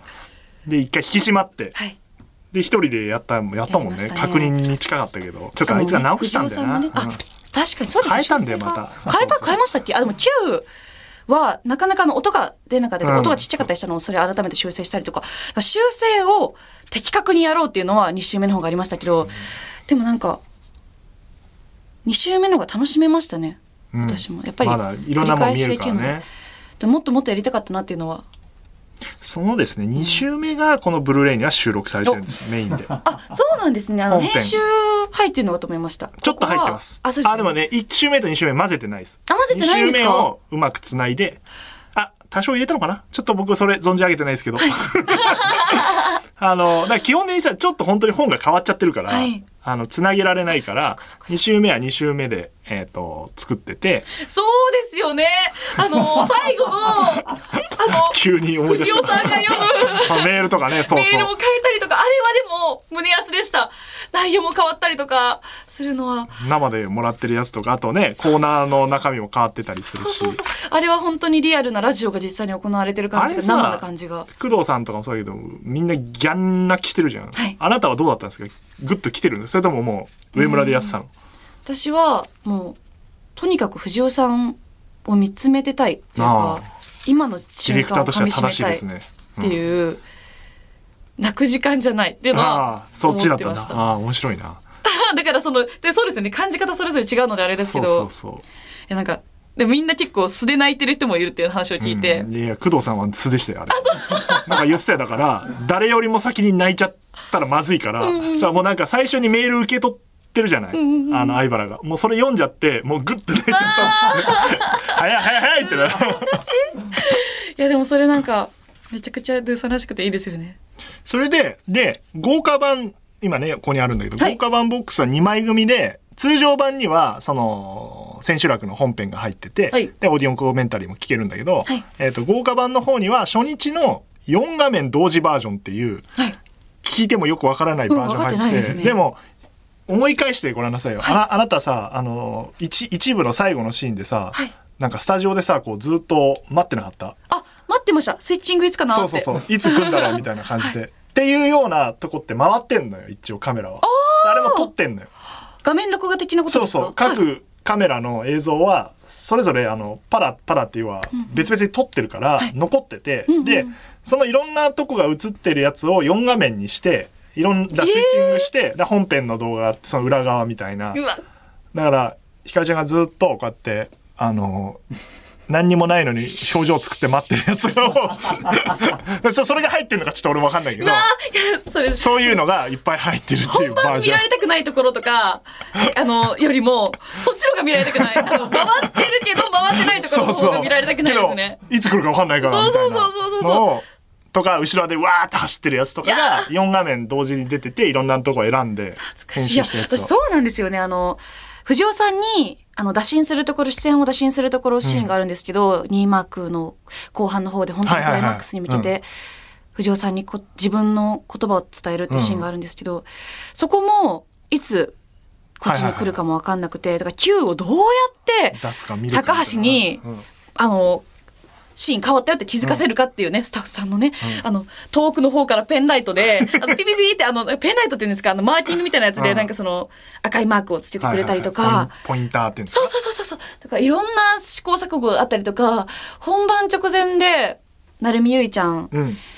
で、一回引き締まって。 はい。 で、一人でやった、やったもんね。確認に近かったけど。ちょっとあいつが直したんだよな。 あ、確かにそうですね。 変えたんだよ、また。 変えた、変えましたっけ？あ、でもきゅうは、なかなかの音が出なかったりとか、音がちっちゃかったりしたのを、それ改めて修正したりとか、修正を的確にやろうっていうのはに週目の方がありましたけど、でもなんか、に週目の方が楽しめましたね。私も。やっぱり、 まだいろんなもん見えるからね。 でもっともっとやりたかったなっていうのは。 そのですね、に週目がこのブルーレイには収録されてるんです、メインで。 あ、そうなんですね。あの、編集入ってるのかと思いました。 ちょっと入ってます。あ、そうですね。あ、でもね、いち週目とに週目混ぜてないです。 あ、混ぜてないんですか？ に週目をうまくつないで、あ、多少入れたのかな？ちょっと僕それ存じ上げてないですけど。あの、だから基本的にさ、ちょっと本当に本が変わっちゃってるから、はい、あの、つなげられないから、に週目はに週目で、えっと、作ってて。 そうですよね。あの、最後の、あの、 急に思い出した。 藤尾さんが読む。 メールとかね、そうそう。 メールを書いたりとか、あれはでも、胸熱でした。内容も変わったりとか、するのは。 生でもらってるやつとか、あとね、コーナーの中身も変わってたりするし。そうそうそう。 あれは本当にリアルなラジオが実際に行われてる感じが、生な感じが。 工藤さんとかもそうだけど、みんなギャン泣きしてるじゃん。はい、あなたはどうだったんですか？グッと来てるんです？それとももう、上村でやってたの？ 私は、もう、とにかく藤尾さんを見つめてたいっていうか、今の瞬間をかみしめたいっていう、泣く時間じゃないっていうのは思ってました。そっちだったんだ。 ああ、面白いな。 だからその、で、そうですよね。感じ方それぞれ違うのであれですけど。そうそうそう。いや、なんか、でみんな結構素で泣いてる人もいるっていう話を聞いて。 うん、いや、工藤さんは素でしたよ、あれ。なんか言ってたよ、だから、誰よりも先に泣いちゃったらまずいから、うんうん、じゃあもうなんか最初にメール受け取って、ってるじゃない、うんうん、あの相原がもうそれ読んじゃってもうグッて泣いちゃったんですね早い早い早いってな。いやでもそれなんかめちゃくちゃドゥーさんらしくていいですよね。 それでで豪華版今ねここにあるんだけど、はい、豪華版ボックスはにまい組で通常版にはその千秋楽の本編が入ってて、はい、でオーディオンコメンタリーも聞けるんだけど、はい、えーと豪華版の方には初日のよん画面同時バージョンっていう、はい、聞いてもよくわからないバージョン入ってて、うん、ですね、でも思い返してごらんなさいよ。はい、あな、あなたさ、あの、一、一部の最後のシーンでさ、はい、なんかスタジオでさ、こうずっと待ってなかった？ あ、待ってました。スイッチングいつかなって。 そうそうそう。いつ来んだろうみたいな感じで。はい、っていうようなとこって回ってんのよ、一応カメラは。あ, あれも撮ってんのよ。 画面録画的なことですか？ そうそう。各カメラの映像は、それぞれあの、パラ、パラっていうのは別々に撮ってるから、残ってて、はい、で、そのいろんなとこが映ってるやつをよん画面にして、いろんなスイッチングして、えー、本編の動画があってその裏側みたいな。だからひかるちゃんがずっとこうやってあの何にもないのに表情作って待ってるやつをそれが入ってるのかちょっと俺も分かんないけど、いやそれそういうのがいっぱい入ってるっていうバージョン。 本番見られたくないところとかあのよりもそっちの方が見られたくない。あの回ってるけど回ってないところの方が見られたくないですね。 そうそういつ来るか分かんないからみたいなのを。そうそうそうそうそうとか後ろでわーって走ってるやつとかがよん画面同時に出てていろんなとこ選んで編集したやつを。 そうなんですよね。あの藤尾さんにあの打診するところ出演を打診するところシーンがあるんですけど、うん、にマークの後半の方で本当にクライマックスに向けて、はいはいはい、藤尾さんにこ自分の言葉を伝えるってシーンがあるんですけど、うん、そこもいつこっちに来るかも分かんなくて、だから Q をどうやって高橋に、うん、あのシーン変わったよって気づかせるかっていうね、うん、スタッフさんのね、うん、あの遠くの方からペンライトであのピピピってあのペンライトっていうんですか、あのマーキングみたいなやつでなんかその赤いマークをつけてくれたりとか、はいはいはい、 ポインターっていうんですか。 そうそうそうそうとかいろんな試行錯誤があったりとか、本番直前で成海ゆいちゃん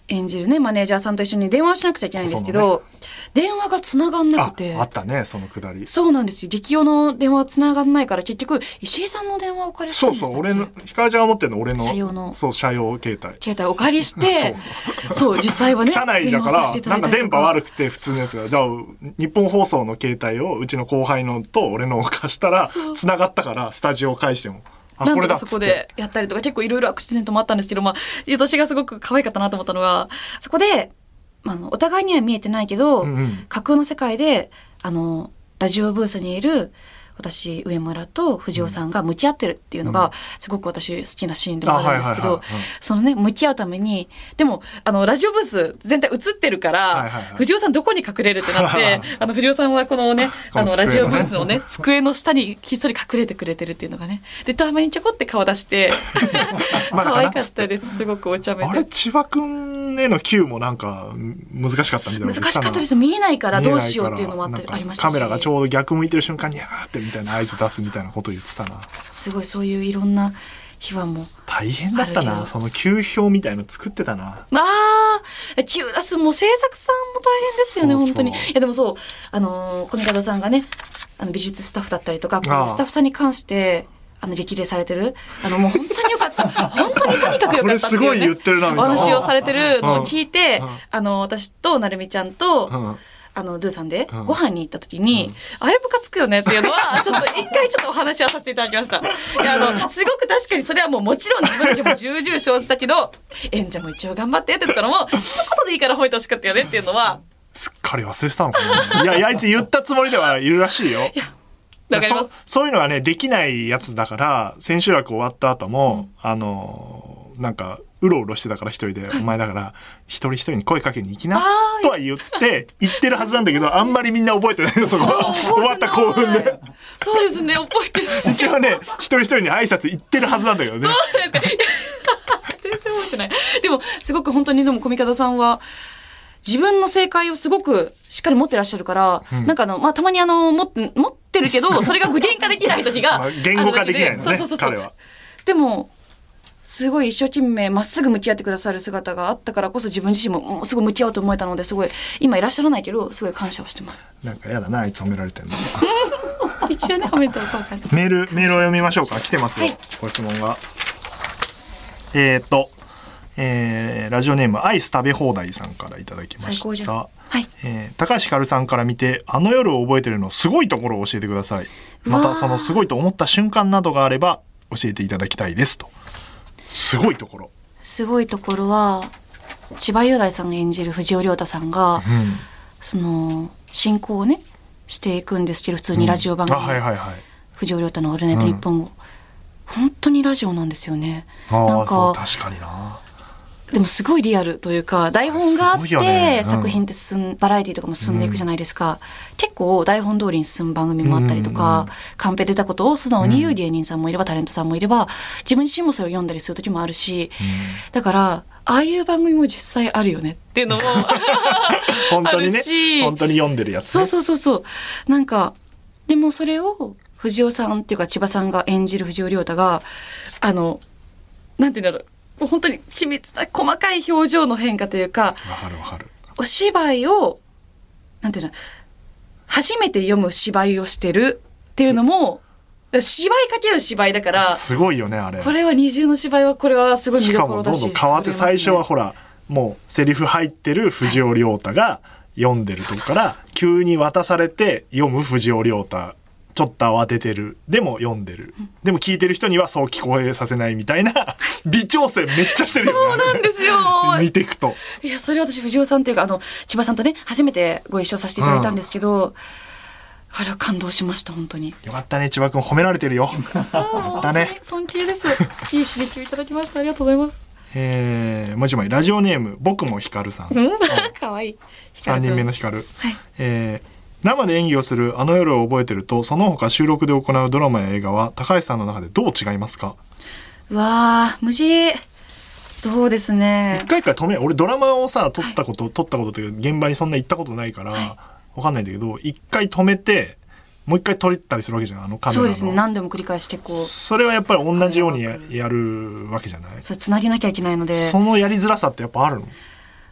演じるねマネージャーさんと一緒に電話しなくちゃいけないんですけど、ね、電話が繋がんなくて。 あ、あったねそのくだり。 そうなんですよ。激用の電話繋がんないから結局石井さんの電話をお借りしたんですよ。 そうそう、俺のひかるちゃんが持ってるの俺の社用のそう社用携帯携帯お借りしてそう実際はね社内だからなんか電波悪くて普通のやつがじゃあ日本放送の携帯をうちの後輩のと俺のを貸したら繋がったからスタジオを返しても。 なんとかそこでやったりとか結構いろいろアクシデントもあったんですけど、まあ、私がすごく可愛かったなと思ったのはそこで、まあ、お互いには見えてないけど、うんうん、架空の世界であのラジオブースにいる私上村と藤尾さんが向き合ってるっていうのがすごく私好きなシーンでもあるんですけど、そのね向き合うためにでもあのラジオブース全体映ってるから、はいはいはい、藤尾さんどこに隠れるってなってあの藤尾さんはこのねあのラジオブースのね机の下にひっそり隠れてくれてるっていうのがねでたまにちょこって顔出して可愛かったですすごくお茶目で。 あれ千葉くんへの Q もなんか難しかったみたいな。 難しかったです。見えないからどうしようっていうのもあってありましたし、 カメラがちょうど逆向いてる瞬間にあーってみたいな合図出すみたいなこと言ってたな。 すごいそういういろんな秘話も大変だったな。そのQ表みたいの作ってたな。 ああ Q 出すもう制作さんも大変ですよね。そうそう本当に。いやでもそうあの小見方さんがねあの美術スタッフだったりとかこのスタッフさんに関してあの激励されてるあのもう本当によかった本当にとにかくよかったっていう、ね、これすごい言ってるなみたいなお話をされてるのを聞いて、うんうん、あの私となるみちゃんと、うんあのドゥさんでご飯に行った時に、うん、あれムカつくよねっていうのはちょっと一回ちょっとお話をさせていただきました。いやあのすごく確かにそれはもうもちろん自分たちも重々承知だけど演者も一応頑張ってってところも一言でいいから褒めてほしかったよねっていうのはすっかり忘れてたのかな。いやいやあいつ言ったつもりではいるらしいよ。いやわかります。 そ, そういうのがねできないやつだから千秋楽終わった後も、うん、あのなんかうろうろしてたから一人でお前だから一人一人に声かけに行きなとは言って言ってるはずなんだけどあんまりみんな覚えてないよそこ終わった興奮で。 そうですね覚えてない。 一応ね一人一人に挨拶行ってるはずなんだけどね。 そうですか全然覚えてない。でもすごく本当にでも小見方さんは自分の正解をすごくしっかり持ってらっしゃるから、うん、なんかあの、まあ、たまにあの持って持ってるけどそれが具現化できない時がまあ言語化できないのね。そうそうそうそう彼は。 でもすごい一生懸命まっすぐ向き合ってくださる姿があったからこそ自分自身ももうすごい向き合おうと思えたのですごい今いらっしゃらないけどすごい感謝をしてます。 なんかやだなあいつ褒められてんの。 一応ね褒めておこうかな。 メールメールを読みましょうか。来てますよ、はい、ご質問が。えー、っと、えー、ラジオネームアイス食べ放題さんからいただきました。最高じゃん。はい。えー、高橋ひかるさんから見てあの夜を覚えてるのすごいところを教えてください。またそのすごいと思った瞬間などがあれば教えていただきたいですと。すごいところすごいところは千葉雄大さんが演じる藤尾亮太さんが、うん、その進行をねしていくんですけど普通にラジオ番組、うんはいはいはい、藤尾亮太のオールナイトニッポンを、うん、本当にラジオなんですよね。なんか確かにな。 でもすごいリアルというか台本があって、ねうん、作品って進んバラエティとかも進んでいくじゃないですか、うん、結構台本通りに進む番組もあったりとか、うん、カンペ出たことを素直に言う芸人さんもいればタレントさんもいれば自分自身もそれを読んだりする時もあるし、うん、だからああいう番組も実際あるよねっていうのも本当にね本当に読んでるやつ、ね、 そうそうそうそうなんかでもそれを藤尾さんっていうか千葉さんが演じる藤尾亮太があのなんて言うんだろう本当に緻密な細かい表情の変化というか、わかるわかる。お芝居をなんていうの初めて読む芝居をしてるっていうのも芝居かける芝居だからすごいよねあれ。 これは二重の芝居はこれはすごい見どころだし。 しかもどんどん変わって最初はほらもうセリフ入ってる藤尾亮太が読んでるとこから急に渡されて読む藤尾亮太。ちょっと慌ててるでも読んでるでも聞いてる人にはそう聞こえさせないみたいな微調整めっちゃしてるよね。 そうなんですよ見ていくといやそれ私藤尾さんっていうかあの千葉さんとね初めてご一緒させていただいたんですけど、うん、あれは感動しました本当に。 よかったね千葉くん褒められてるよ。 あだね尊敬です。いい刺激をいただきましたありがとうございます。 えー、もう一枚ラジオネーム僕もひかるさんかわいいさんにんめのひかる、はいえー生で演技をするあの夜を覚えてるとその他収録で行うドラマや映画は高橋さんの中でどう違いますか。 うわー無事そうですね一回一回止め俺ドラマをさ撮ったこと、はい、撮ったことというか現場にそんな行ったことないから、はい、分かんないんだけど一回止めてもう一回撮ったりするわけじゃんあのカメラの。 そうですね何度も繰り返してこうそれはやっぱり同じように や, やるわけじゃない。 それつなげなきゃいけないのでそのやりづらさってやっぱあるの。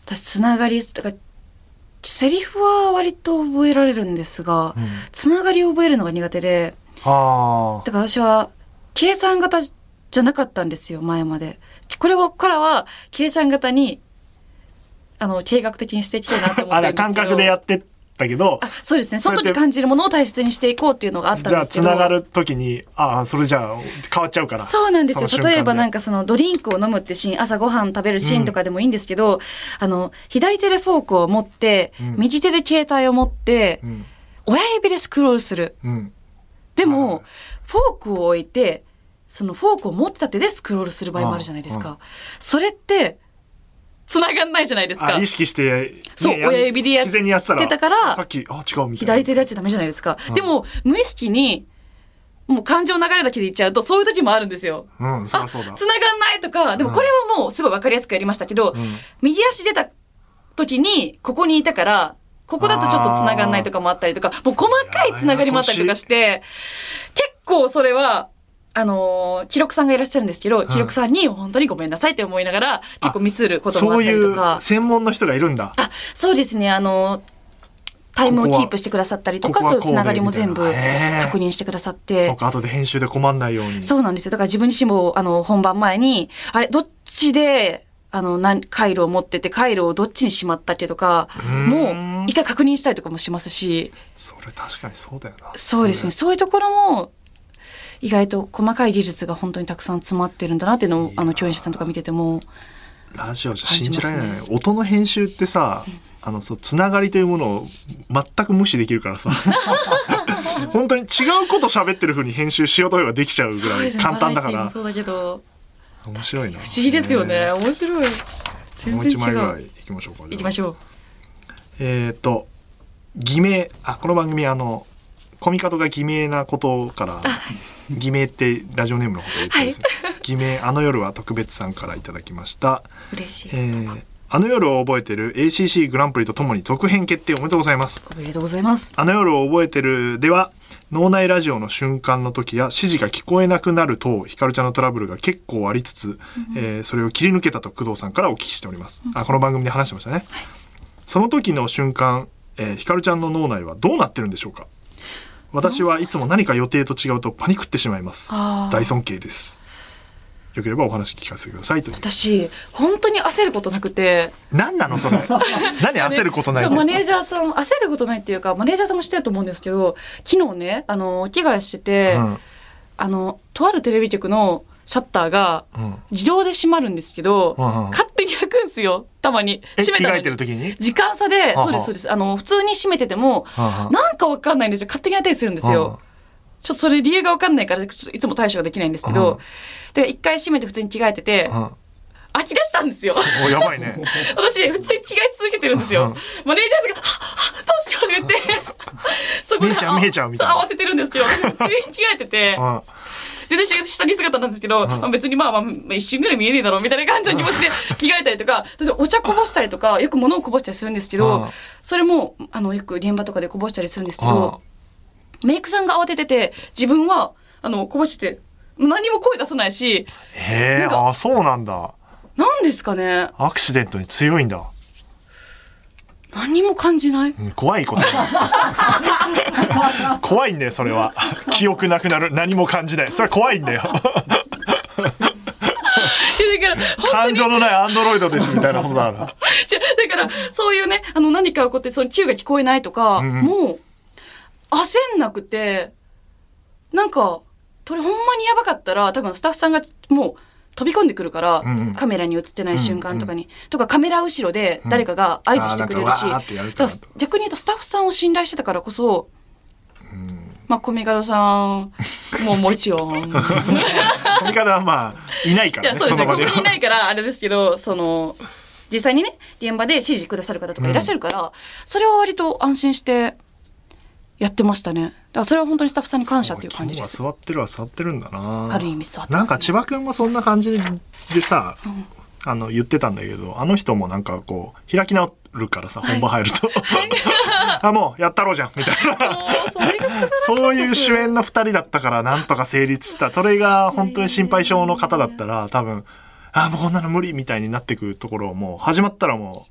私つながりだからセリフは割と覚えられるんですが、うん、つながりを覚えるのが苦手で、あだから私は計算型じゃなかったんですよ前まで。これからは計算型にあの計画的にしていきたいなと思ってるんですけど。あれ感覚でやってだけど、 あそうですね、その時感じるものを大切にしていこうっていうのがあったんですけど、 じゃあつながる時にああそれじゃあ変わっちゃうから。 そうなんですよ。例えばなんかそのドリンクを飲むってシーン、朝ご飯食べるシーンとかでもいいんですけど、うん、あの左手でフォークを持って、うん、右手で携帯を持って、うん、親指でスクロールする、うん、でも、はい、フォークを置いてそのフォークを持った手でスクロールする場合もあるじゃないですか、うん、それって繋がんないじゃないですか。 意識して、ね、 そう親指でやってたからさっきあ違うみたいな左手でやっちゃダメじゃないですか、うん、でも無意識にもう感情流れだけでいっちゃうとそういう時もあるんですよ、 うん、そりゃそうだ。 あ繋がんないとか。でもこれはもうすごい分かりやすくやりましたけど、うん、右足出た時にここにいたからここだとちょっと繋がんないとかもあったりとか、もう細かい繋がりもあったりとかして、結構それはあのー、記録さんがいらっしゃるんですけど、うん、記録さんに本当にごめんなさいって思いながら結構ミスることもあったりとか。 そういう専門の人がいるんだ。 あ、そうですね。あのー、タイムをキープしてくださったりとか、そういうつながりも全部確認してくださって。 そうか、後で編集で困んないように。 そうなんですよ。だから自分自身もあの本番前に、あれどっちであの回路を持ってて回路をどっちにしまったっけとか、もう一回確認したりとかもしますし。 それ確かにそうだよな。 そうですね。そういうところも。意外と細かい技術が本当にたくさん詰まってるんだなっていうのをあの共演者さんとか見ててもラジオじゃ信じられない、ね、音の編集ってさ、うん、あのそうつながりというものを全く無視できるからさ本当に違うこと喋ってる風に編集しようと思えばできちゃうぐらい簡単だから。 そうだけど面白いな。 不思議ですよね。面白い。全然違う。もう一枚ぐらいいきましょうか。 いきましょう。 えっ、ー、と偽名、あこの番組あのコミカドが偽名なことから偽名ってラジオネームのことを言ってですね、はい、偽名あの夜は特別さんからいただきました。 嬉しい、 えー、あの夜を覚えてる エーシーシー グランプリとともに続編決定おめでとうございます。 おめでとうございます。 あの夜を覚えてるでは脳内ラジオの瞬間の時や指示が聞こえなくなるとひかるちゃんのトラブルが結構ありつつ、うんえー、それを切り抜けたと工藤さんからお聞きしております、うん、あこの番組で話してましたね、はい、その時の瞬間、えー、ひかるちゃんの脳内はどうなってるんでしょうか。私はいつも何か予定と違うとパニックってしまいます。大尊敬です。よければお話聞かせてくださいと。 私本当に焦ることなくて。 何なのそれ何焦ることないって。 マネージャーさん焦ることないっていうかマネージャーさんも知ってると思うんですけど、昨日ねあの着替えしてて、うん、あのとあるテレビ局のシャッターが自動で閉まるんですけど、うんうん、勝手に開くんですよたまに。 閉めたのに着替えてる時に時間差で。そうですそうです。あの普通に閉めててもなんかわかんないんですよ。勝手に開いたりするんですよ。ちょっとそれ理由がわかんないからいつも対処ができないんですけど、で一回閉めて普通に着替えてて飽き出したんですよ。 おやばいね。 私普通に着替え続けてるんですよ。マネージャーさんがはっどうしようって言ってそこで見えちゃう見えちゃうみたいな慌ててるんですけど、私普通に着替えてて全然下着姿なんですけど、うん、別にまあまあ一瞬ぐらい見えねえだろうみたいな感じの気持ちで着替えたりとかお茶こぼしたりとかよく物をこぼしたりするんですけど、それもあのよく現場とかでこぼしたりするんですけど、メイクさんが慌ててて自分はあのこぼして何も声出さないし。 へえ、あそうなんだ。 なんですかね。 アクシデントに強いんだ。 何も感じない、 うん、怖いこと怖いんだよそれは。記憶なくなる何も感じないそれは怖いんだよだから感情のないアンドロイドですみたいなことだからだからそういうねあの何か起こってその Q が聞こえないとか、うん、もう焦んなくてなんかこれほんまにやばかったら多分スタッフさんがもう飛び込んでくるから、うんうん、カメラに映ってない瞬間とかに、うんうん、とかカメラ後ろで誰かが合図してくれるし、うん、だから逆に言うとスタッフさんを信頼してたからこそ、うん、まあコミカドさんもうもちろんコミカドはまあいないからね。 いやそうですね、ここにいないからあれですけど、その実際にね現場で指示くださる方とかいらっしゃるから、うん、それは割と安心してやってましたね。だからそれは本当にスタッフさんに感謝っていう感じです。 座ってるは座ってるんだな。 ある意味座ってます、ね、 なんか千葉くんもそんな感じでさ、うん、あの言ってたんだけど、あの人もなんかこう開き直るからさ、はい、本番入るとあもうやったろうじゃんみたいなそ, そういう主演のふたりだったからなんとか成立した。それが本当に心配性の方だったら多分あもうこんなの無理みたいになってくところをもう始まったらも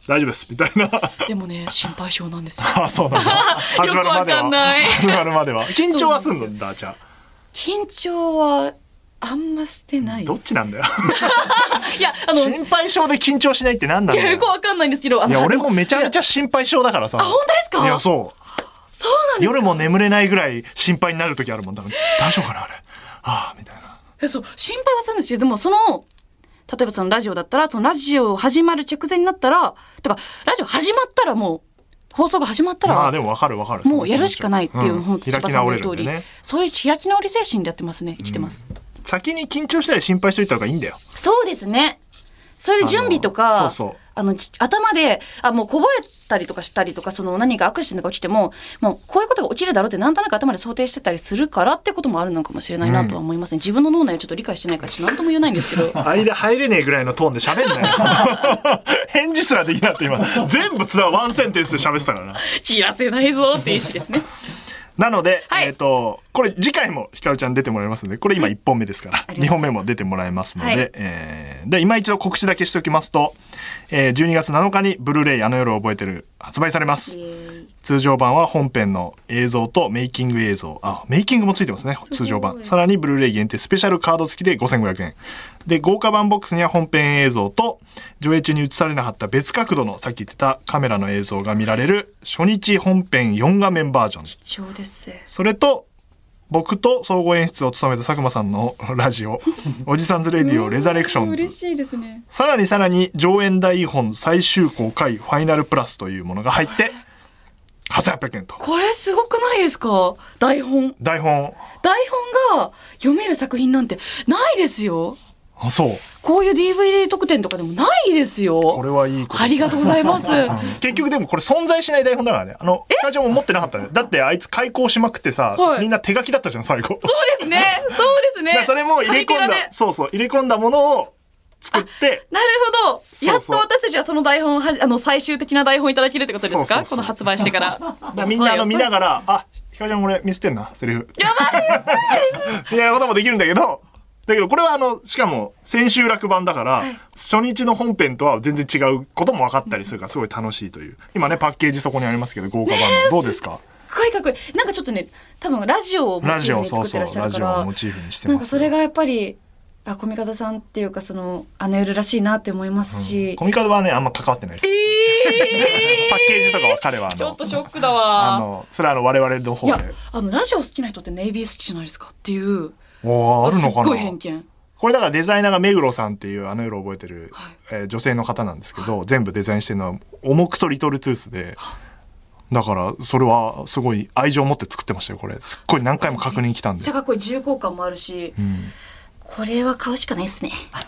大丈夫ですみたいな。 でもね心配性なんですよ。 あ、そうなんだ。始まるまでは。 よくわかんない始まるまでは。緊張はすんのだ、じゃあ。 緊張はあんましてない。 どっちなんだよ。 いや、あの、 心配性で緊張しないって何なんだよ。 よくわかんないんですけど、あのいや、俺もめちゃめちゃ心配性だからさ。 あ、本当ですか？ いや、そう。 そうなんですか？ 夜も眠れないぐらい心配になる時あるもん。だから大丈夫かなあれ。ああ、みたいな。 え、そう、心配はするんですけど、でもその、例えばそのラジオだったら、そのラジオ始まる直前になったら、とか、ラジオ始まったらもう、放送が始まったら、 まあでもわかるわかる。 もうやるしかないっていう、 うん、 本当千葉さんの言う通り、 ね、 そういう開き直り精神でやってますね。生きてます。うん、 先に緊張したり心配しといた方がいいんだよ。 そうですね。それで準備とか、 そうそう。 あの、頭で、あ、もうこぼれたりとかしたりとか、その何かアクシデントが起きても、もうこういうことが起きるだろうってなんとなく頭で想定してたりするからってこともあるのかもしれないなとは思いますね。うん、自分の脳内をちょっと理解してないから、ちょっと何とも言えないんですけど。 間入れねえぐらいのトーンで喋んなよ。返事すらできなくて今、全部つなワンセンテンスで喋ってたからな。 散らせないぞって意思ですね。 なので、 はい、 えっ、ー、と、これ次回もひかるちゃん出てもらいますので、これ今いっぽんめですから、にほんめも出てもらいますので、はい、えー、で、今一度告知だけしておきますと、えー、じゅうにがつなのかにブルーレイあの夜を覚えてる発売されます。通常版は本編の映像とメイキング映像、あ、メイキングもついてますね、通常版。さらにブルーレイ限定スペシャルカード付きでごせんごひゃくえん。で、豪華版ボックスには本編映像と、上映中に映されなかった別角度のさっき言ってたカメラの映像が見られる初日本編よん画面バージョン。 貴重です。 それと、僕と総合演出を務めた佐久間さんのラジオ、おじさんずレディオレザレクションズ。 嬉しいですね。 さらにさらに上演台本最終公開ファイナルプラスというものが入って、はっせんはっぴゃくえんと。 これすごくないですか？台本。 台本。 台本が読める作品なんてないですよ。 あ、そう。 こういう ディーブイディー 特典とかでもないですよ。 これはいいこと。 ありがとうございます。 結局でもこれ存在しない台本だからね。あの、スタジオも持ってなかったね。だってあいつ開講しまくってさ、はい、みんな手書きだったじゃん、最後。 そうですね。そうですね。 それも入れ込んだ、そうそう、入れ込んだものを作って。 なるほど。やっと私たちはその台本はじ、あの、最終的な台本いただけるってことですか？そうそうそう、この発売してから。 からみんなあの見ながら、あ、ひかりちゃんこれミスってんな、セリフ。 やばいやばいみたいなこともできるんだけど、だけどこれはあのしかも千秋楽版だから、はい、初日の本編とは全然違うことも分かったりするからすごい楽しいという。今ねパッケージそこにありますけど豪華版のどうですか？ すごいかっこいい。なんかちょっとね多分ラジオをモチーフに作ってらっしゃるから、ラジオをモチーフにしてます。なんかそれがやっぱりあコミカドさんっていうかそのあの夜らしいなって思いますし、 うん、コミカドはねあんま関わってないです。えー、パッケージとかは彼はあのちょっとショックだわ。 あのそれはあの我々の方で。いやあのラジオ好きな人ってネイビー好きじゃないですかっていう。 おあるのかな。 すっごい偏見。 これだからデザイナーが目黒さんっていうあの夜を覚えてる、はい、えー、女性の方なんですけど、はい、全部デザインしてるのは重くそリトルトゥースで、だからそれはすごい愛情を持って作ってましたよ。これすっごい何回も確認来たんで。めっちゃかっこいい。重厚感もあるし、うん、これは買うしかないですね。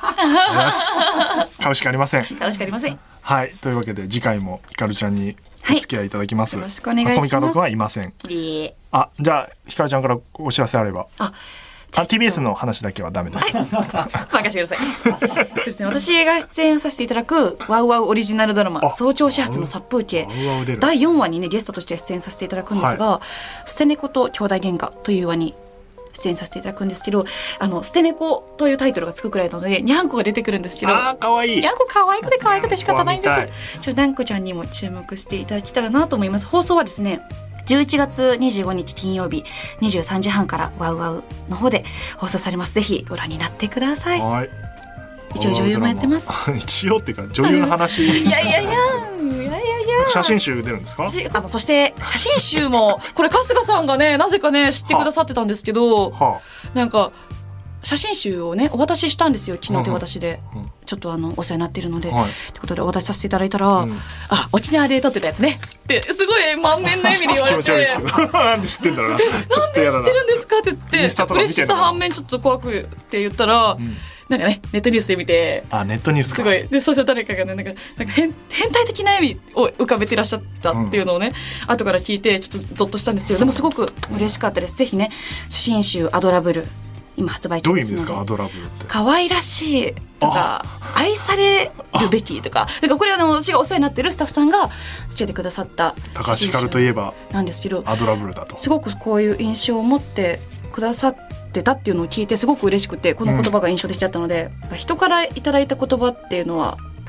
買うしかありません。 買うしかありません。 はい、というわけで次回もひかるちゃんにお付き合いいただきます。 はい、よろしくお願いします。コミカドくんはいません。あ、じゃあひかるちゃんからお知らせあれば。ああ ティービーエス の話だけはダメです。 はい、任せてください。ですね、私が出演させていただくワウワウオリジナルドラマ早朝始発の殺風景だいよんわにねゲストとして出演させていただくんですが、はい、捨て猫と兄弟喧嘩という話に出演させていただくんですけど、あの捨て猫というタイトルがつくくらいなのでにゃんこが出てくるんですけど、 あーかわいい。 にゃんこ可愛くて可愛くて仕方ないんです。ちょにゃんこちゃんにも注目していただけたらなと思います。放送はですねじゅういちがつにじゅうごにち金曜日にじゅうさんじはんからワウワウの方で放送されます。ぜひご覧になってください。はい、一応女優もやってます。 一応っていうか女優の話いやいやいやいやいやいや写真集出るんですか？ あのそして写真集もこれ春日さんがねなぜかね知ってくださってたんですけど、はあ、なんか写真集をねお渡ししたんですよ昨日手渡しで、うんうん、ちょっとあのお世話になっているので、はい、ってことでお渡しさせていただいたら、うん、あ沖縄で撮ってたやつねってすごい満面の笑みで言われて気持ち悪いですけどなんで知ってんだろうななんで知ってるんですかって言って嬉しさ反面ちょっと怖くって言ったら、うん、なんかねネットニュースで見てあネットニュースかすごいでそしたら誰かがねなんかなんか 変, 変態的な笑みを浮かべてらっしゃったっていうのをね、うん、後から聞いてちょっとゾッとしたんですけどでもすごく嬉しかったです。ぜひね写真集アドラブル今発売中ですので。どういう意味ですかアドラブルって。可愛らしいとか愛されるべきとかなんかこれはね私がお世話になってるスタッフさんがつけてくださった高橋ひかるといえばなんですけどアドラブルだとすごくこういう印象を持ってくださってたっていうのを聞いてすごく嬉しくてこの言葉が印象的だったので、うん、人からいただいた言葉っていうのは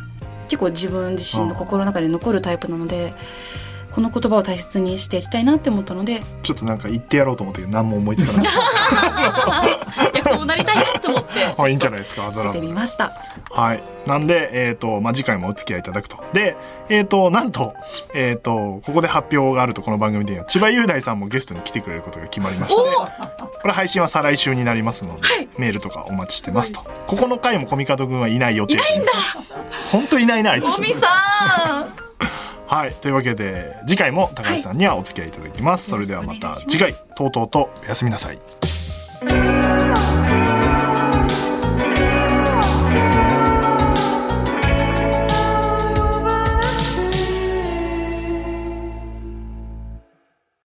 結構自分自身の心の中で残るタイプなので、この言葉を大切にしていきたいなって思ったので、 ちょっとなんか言ってやろうと思ったけど何も思いつかなかったいやこうなりたいなと思ってあいいんじゃないですか。 つけてみました。 はい。なんで、えっ、と、まあ、次回もお付き合いいただくと。で、えっ、と、なんと、えっ、と、ここで発表があると、この番組では、千葉雄大さんもゲストに来てくれることが決まりまして、これ配信は再来週になりますので、はい、メールとかお待ちしてますと。ここの回もコミカド君はいない予定。 いないんだ。 本当いないな、あいつ。 コミさん。 はい。というわけで、次回も高橋さんにはお付き合いいただきます。はい、それではまた次回、とうとうとおやすみなさい。